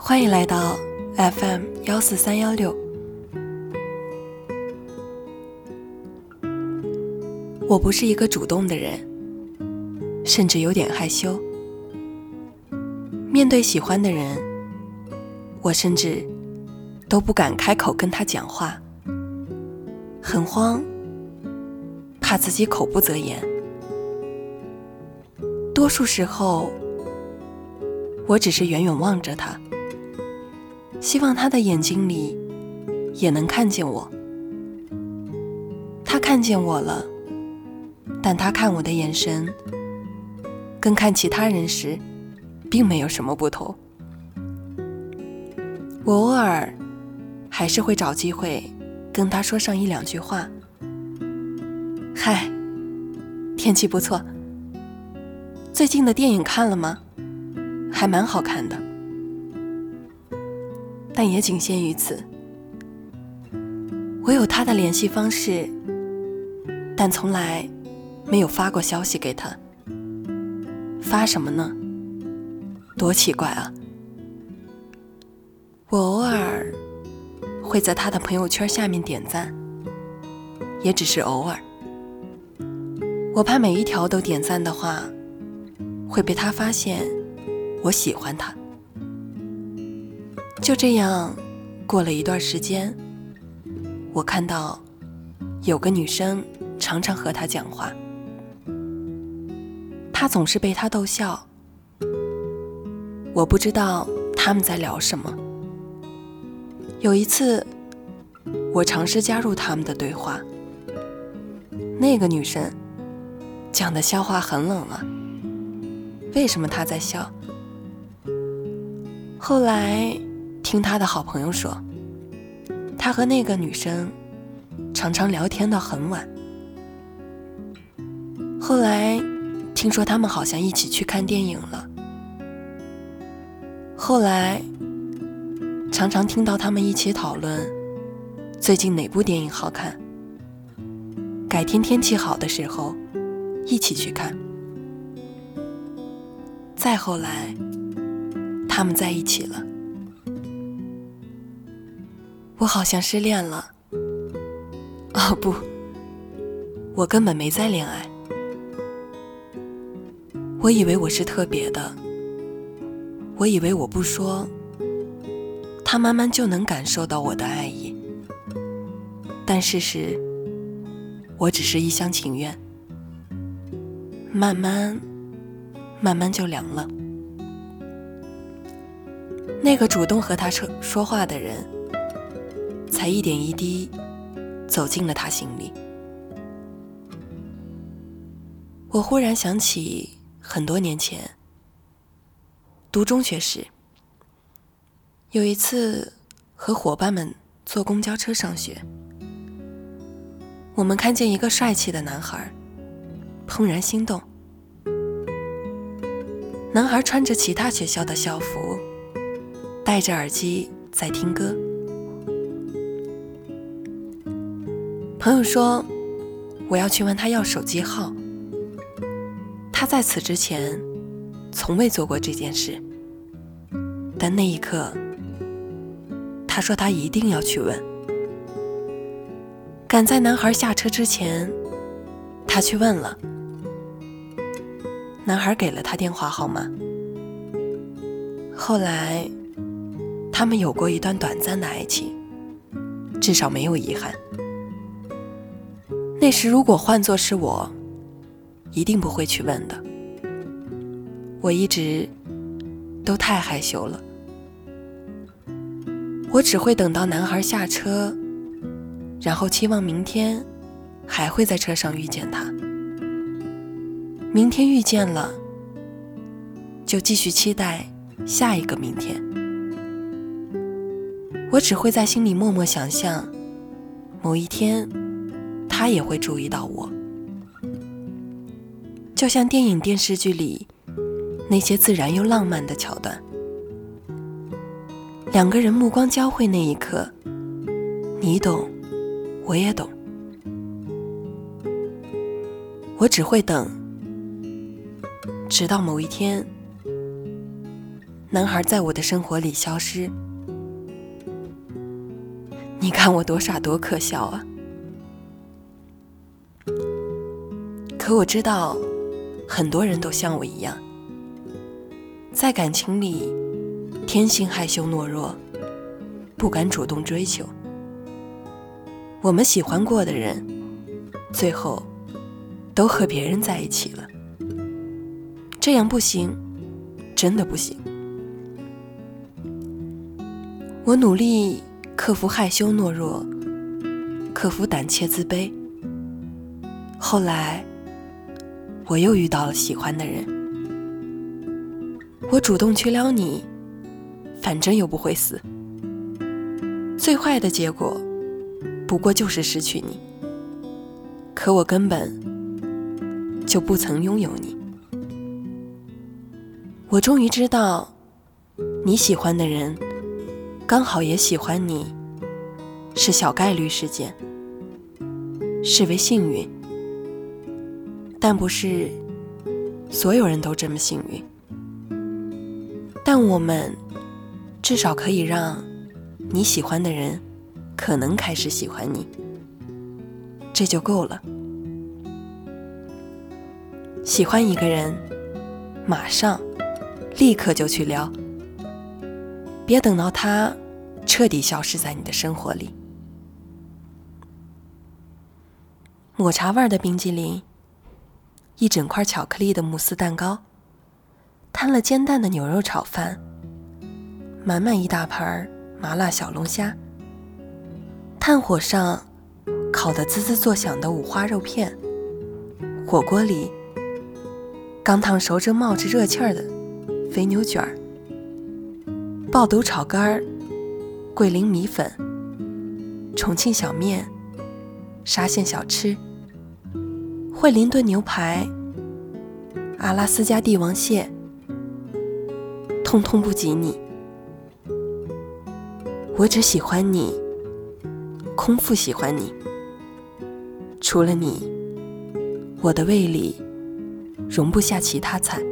欢迎来到 FM14316。我不是一个主动的人，甚至有点害羞。面对喜欢的人，我甚至都不敢开口跟他讲话，很慌，怕自己口不择言。多数时候，我只是远远望着他，希望他的眼睛里也能看见我。他看见我了，但他看我的眼神跟看其他人时并没有什么不同。我偶尔还是会找机会跟他说上一两句话。嗨，天气不错，最近的电影看了吗？还蛮好看的。但也仅限于此。我有他的联系方式，但从来没有发过消息给他。发什么呢？多奇怪啊！我偶尔会在他的朋友圈下面点赞，也只是偶尔。我怕每一条都点赞的话，会被他发现我喜欢他。就这样过了一段时间，我看到有个女生常常和他讲话，他总是被他逗笑。我不知道他们在聊什么。有一次，我尝试加入他们的对话，那个女生讲的笑话很冷啊，为什么她在笑？后来听他的好朋友说，他和那个女生常常聊天到很晚。后来听说他们好像一起去看电影了。后来常常听到他们一起讨论最近哪部电影好看，改天天气好的时候一起去看。再后来他们在一起了。我好像失恋了。哦不，我根本没在恋爱。我以为我是特别的，我以为我不说，他慢慢就能感受到我的爱意。但事实，我只是一厢情愿，慢慢就凉了。那个主动和他说话的人，才一点一滴走进了他心里。我忽然想起很多年前读中学时，有一次和伙伴们坐公交车上学，我们看见一个帅气的男孩，怦然心动。男孩穿着其他学校的校服，戴着耳机在听歌。朋友说我要去问他要手机号，他在此之前从未做过这件事，但那一刻他说他一定要去问。赶在男孩下车之前，他去问了。男孩给了他电话号码。后来他们有过一段短暂的爱情，至少没有遗憾。那时如果换作是我，一定不会去问的。我一直都太害羞了。我只会等到男孩下车，然后期望明天还会在车上遇见他。明天遇见了，就继续期待下一个明天。我只会在心里默默想象，某一天他也会注意到我。就像电影电视剧里那些自然又浪漫的桥段，两个人目光交汇那一刻，你懂，我也懂。我只会等，直到某一天男孩在我的生活里消失。你看我多傻多可笑啊！可我知道，很多人都像我一样，在感情里天性害羞懦弱，不敢主动追求。我们喜欢过的人，最后都和别人在一起了。这样不行，真的不行。我努力克服害羞懦弱，克服胆怯自卑。后来，我又遇到了喜欢的人。我主动去撩你，反正又不会死。最坏的结果，不过就是失去你。可我根本就不曾拥有你。我终于知道，你喜欢的人刚好也喜欢你，是小概率事件，视为幸运，但不是所有人都这么幸运。但我们至少可以让你喜欢的人可能开始喜欢你，这就够了。喜欢一个人，马上立刻就去撩，别等到他彻底消失在你的生活里。抹茶味的冰激凌，一整块巧克力的慕斯蛋糕，摊了煎蛋的牛肉炒饭，满满一大盘麻辣小龙虾，炭火上烤得滋滋作响的五花肉片，火锅里刚烫熟正冒着热气儿的肥牛卷儿，爆肚炒肝、桂林米粉、重庆小面、沙县小吃、惠灵顿牛排、阿拉斯加帝王蟹，通通不及你。我只喜欢你，空腹喜欢你。除了你，我的胃里容不下其他菜。